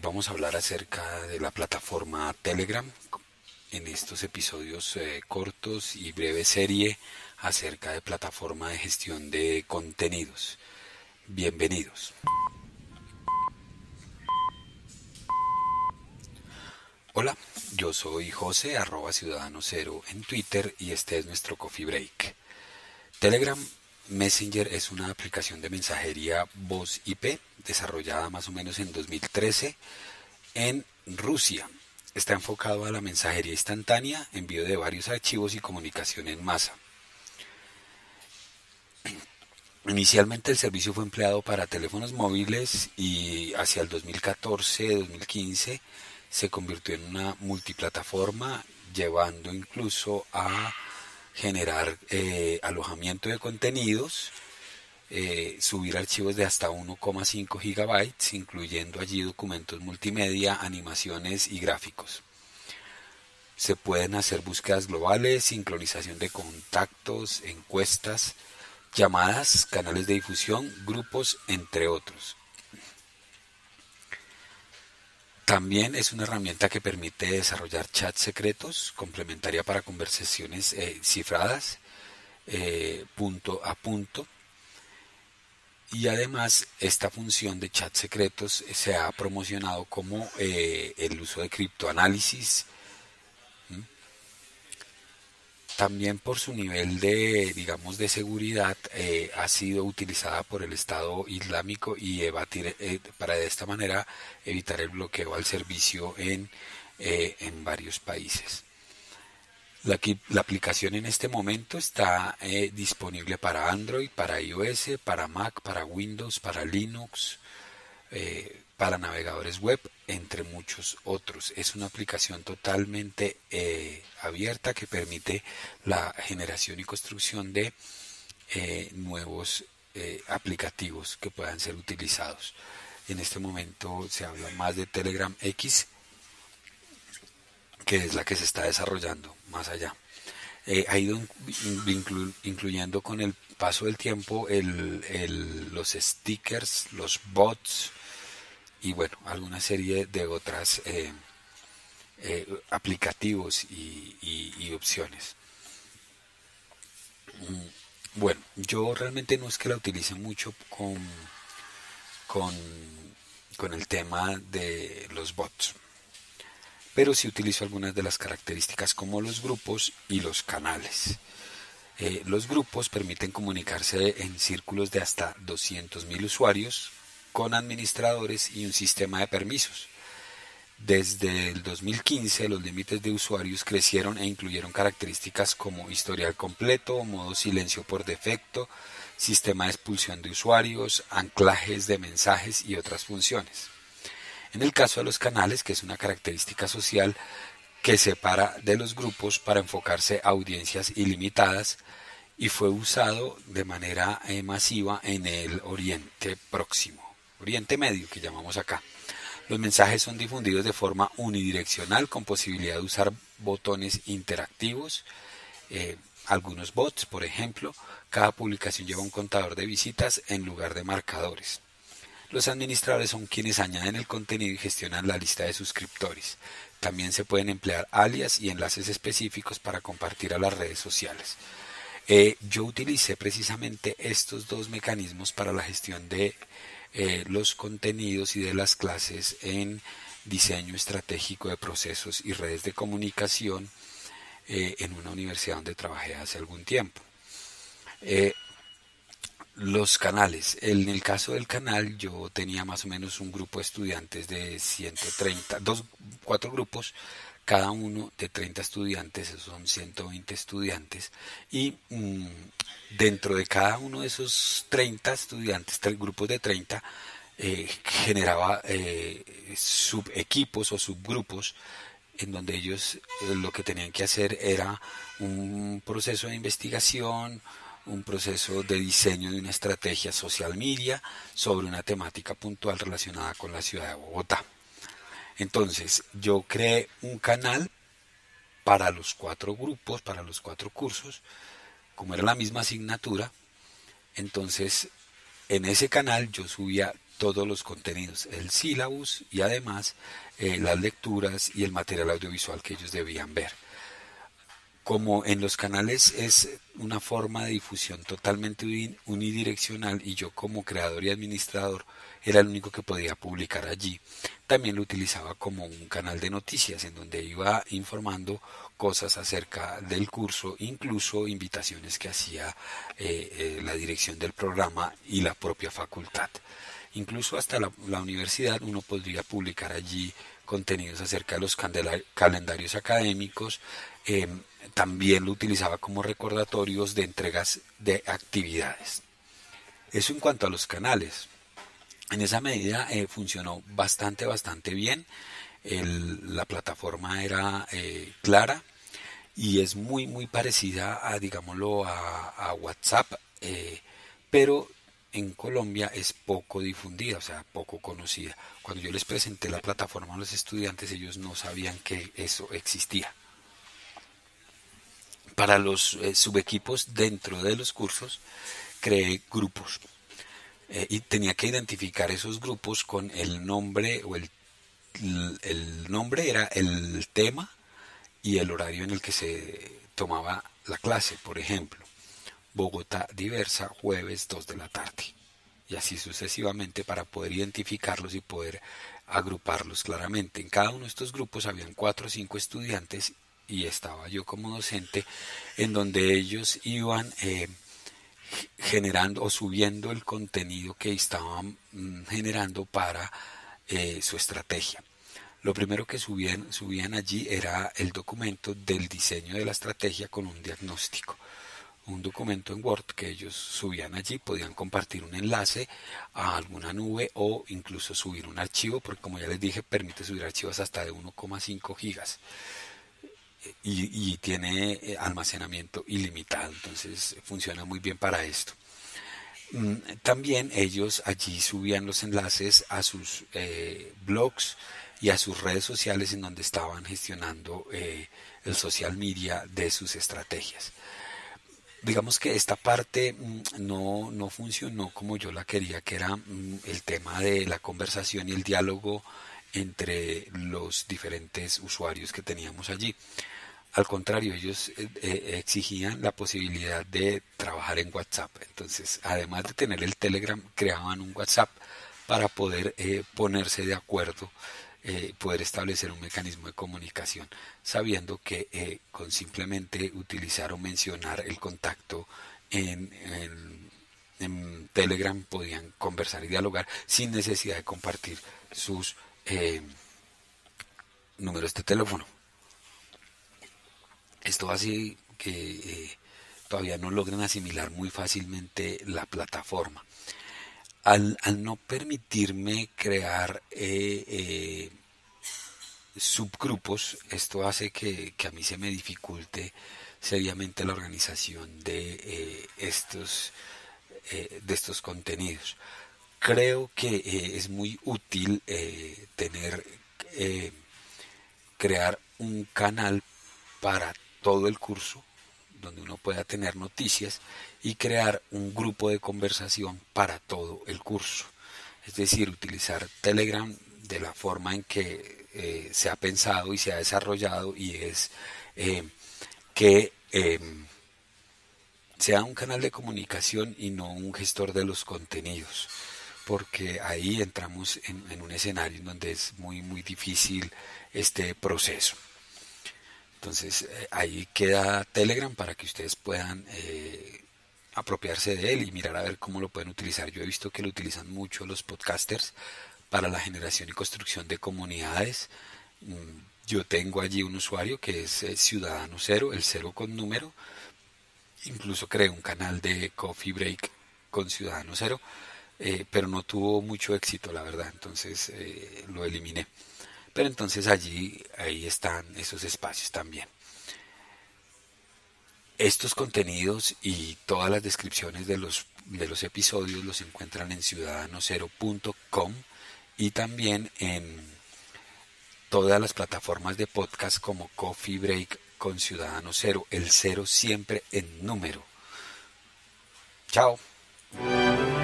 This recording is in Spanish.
vamos a hablar acerca de la plataforma Telegram en estos episodios cortos y breve serie acerca de plataforma de gestión de contenidos. Bienvenidos. Hola, yo soy José, @ciudadano0 en Twitter y este es nuestro Coffee Break. Telegram Messenger es una aplicación de mensajería voz IP desarrollada más o menos en 2013 en Rusia. Está enfocado a la mensajería instantánea, envío de varios archivos y comunicación en masa. Inicialmente el servicio fue empleado para teléfonos móviles y hacia el 2014-2015 se convirtió en una multiplataforma, llevando incluso a generar alojamiento de contenidos, subir archivos de hasta 1,5 gigabytes, incluyendo allí documentos multimedia, animaciones y gráficos. Se pueden hacer búsquedas globales, sincronización de contactos, encuestas, llamadas, canales de difusión, grupos, entre otros. También es una herramienta que permite desarrollar chats secretos, complementaria para conversaciones cifradas, punto a punto. Y además esta función de chats secretos se ha promocionado como el uso de criptoanálisis. También por su nivel de seguridad, ha sido utilizada por el Estado Islámico y para de esta manera evitar el bloqueo al servicio en varios países. La aplicación en este momento está disponible para Android, para iOS, para Mac, para Windows, para Linux, para navegadores web, entre muchos otros. Es una aplicación totalmente abierta que permite la generación y construcción de nuevos aplicativos que puedan ser utilizados. En este momento se habla más de Telegram X, que es la que se está desarrollando más allá. Ha ido incluyendo con el paso del tiempo los stickers, los bots y bueno, alguna serie de otras aplicativos y opciones. Bueno, yo realmente no es que la utilice mucho con el tema de los bots, pero sí utilizo algunas de las características como los grupos y los canales. Los grupos permiten comunicarse en círculos de hasta 200.000 usuarios con administradores y un sistema de permisos. Desde el 2015 los límites de usuarios crecieron e incluyeron características como historial completo, modo silencio por defecto, sistema de expulsión de usuarios, anclajes de mensajes y otras funciones. En el caso de los canales, que es una característica social que separa de los grupos para enfocarse a audiencias ilimitadas y fue usado de manera masiva en el Oriente Próximo, Oriente Medio que llamamos acá. Los mensajes son difundidos de forma unidireccional con posibilidad de usar botones interactivos, algunos bots, por ejemplo. Cada publicación lleva un contador de visitas en lugar de marcadores. Los administradores son quienes añaden el contenido y gestionan la lista de suscriptores. También se pueden emplear alias y enlaces específicos para compartir a las redes sociales. Yo utilicé precisamente estos dos mecanismos para la gestión de los contenidos y de las clases en diseño estratégico de procesos y redes de comunicación en una universidad donde trabajé hace algún tiempo. Los canales. En el caso del canal yo tenía más o menos un grupo de estudiantes de 130, 4 grupos, cada uno de 30 estudiantes, esos son 120 estudiantes, y dentro de cada uno de esos 30 estudiantes, grupos de 30, generaba subequipos o subgrupos en donde ellos lo que tenían que hacer era un proceso de investigación, un proceso de diseño de una estrategia social media sobre una temática puntual relacionada con la ciudad de Bogotá. Entonces, yo creé un canal para los 4 grupos, para los 4 cursos, como era la misma asignatura. Entonces, en ese canal yo subía todos los contenidos, el sílabus y además las lecturas y el material audiovisual que ellos debían ver. Como en los canales es una forma de difusión totalmente unidireccional y yo como creador y administrador era el único que podía publicar allí, también lo utilizaba como un canal de noticias en donde iba informando cosas acerca del curso, incluso invitaciones que hacía la dirección del programa y la propia facultad. Incluso hasta la universidad uno podría publicar allí contenidos acerca de los calendarios académicos. También lo utilizaba como recordatorios de entregas de actividades. Eso en cuanto a los canales. En esa medida funcionó bastante bien. La plataforma era clara y es muy parecida a, digámoslo, a WhatsApp, pero en Colombia es poco difundida, o sea, poco conocida. Cuando yo les presenté la plataforma a los estudiantes, ellos no sabían que eso existía. Para los subequipos dentro de los cursos, creé grupos y tenía que identificar esos grupos con el nombre o el nombre era el tema y el horario en el que se tomaba la clase. Por ejemplo, Bogotá Diversa, jueves 2 de la tarde. Y así sucesivamente para poder identificarlos y poder agruparlos claramente. En cada uno de estos grupos habían 4 o 5 estudiantes y estaba yo como docente, en donde ellos iban generando o subiendo el contenido que estaban generando para su estrategia. Lo primero que subían allí era el documento del diseño de la estrategia con un diagnóstico. Un documento en Word que ellos subían allí, podían compartir un enlace a alguna nube o incluso subir un archivo, porque como ya les dije, permite subir archivos hasta de 1,5 gigas y tiene almacenamiento ilimitado, entonces funciona muy bien para esto. También ellos allí subían los enlaces a sus blogs y a sus redes sociales en donde estaban gestionando el social media de sus estrategias. Digamos que esta parte no funcionó como yo la quería, que era el tema de la conversación y el diálogo entre los diferentes usuarios que teníamos allí. Al contrario, ellos exigían la posibilidad de trabajar en WhatsApp. Entonces, además de tener el Telegram, creaban un WhatsApp para poder ponerse de acuerdo, poder establecer un mecanismo de comunicación, sabiendo que con simplemente utilizar o mencionar el contacto en Telegram podían conversar y dialogar sin necesidad de compartir sus números de teléfono. Esto hace que todavía no logren asimilar muy fácilmente la plataforma. Al no permitirme crear subgrupos, esto hace que a mí se me dificulte seriamente la organización de estos contenidos. Creo que es muy útil crear un canal para todo el curso donde uno pueda tener noticias y crear un grupo de conversación para todo el curso. Es decir, utilizar Telegram de la forma en que se ha pensado y se ha desarrollado, y es que sea un canal de comunicación y no un gestor de los contenidos, porque ahí entramos en un escenario en donde es muy difícil este proceso. Entonces ahí queda Telegram para que ustedes puedan apropiarse de él y mirar a ver cómo lo pueden utilizar. Yo he visto que lo utilizan mucho los podcasters para la generación y construcción de comunidades. Yo tengo allí un usuario que es Ciudadano Cero, el cero con número. Incluso creé un canal de Coffee Break con Ciudadano Cero, pero no tuvo mucho éxito, la verdad, entonces lo eliminé. Pero entonces ahí están esos espacios también. Estos contenidos y todas las descripciones de los episodios los encuentran en ciudadanocero.com y también en todas las plataformas de podcast como Coffee Break con Ciudadano Cero, el cero siempre en número. Chao.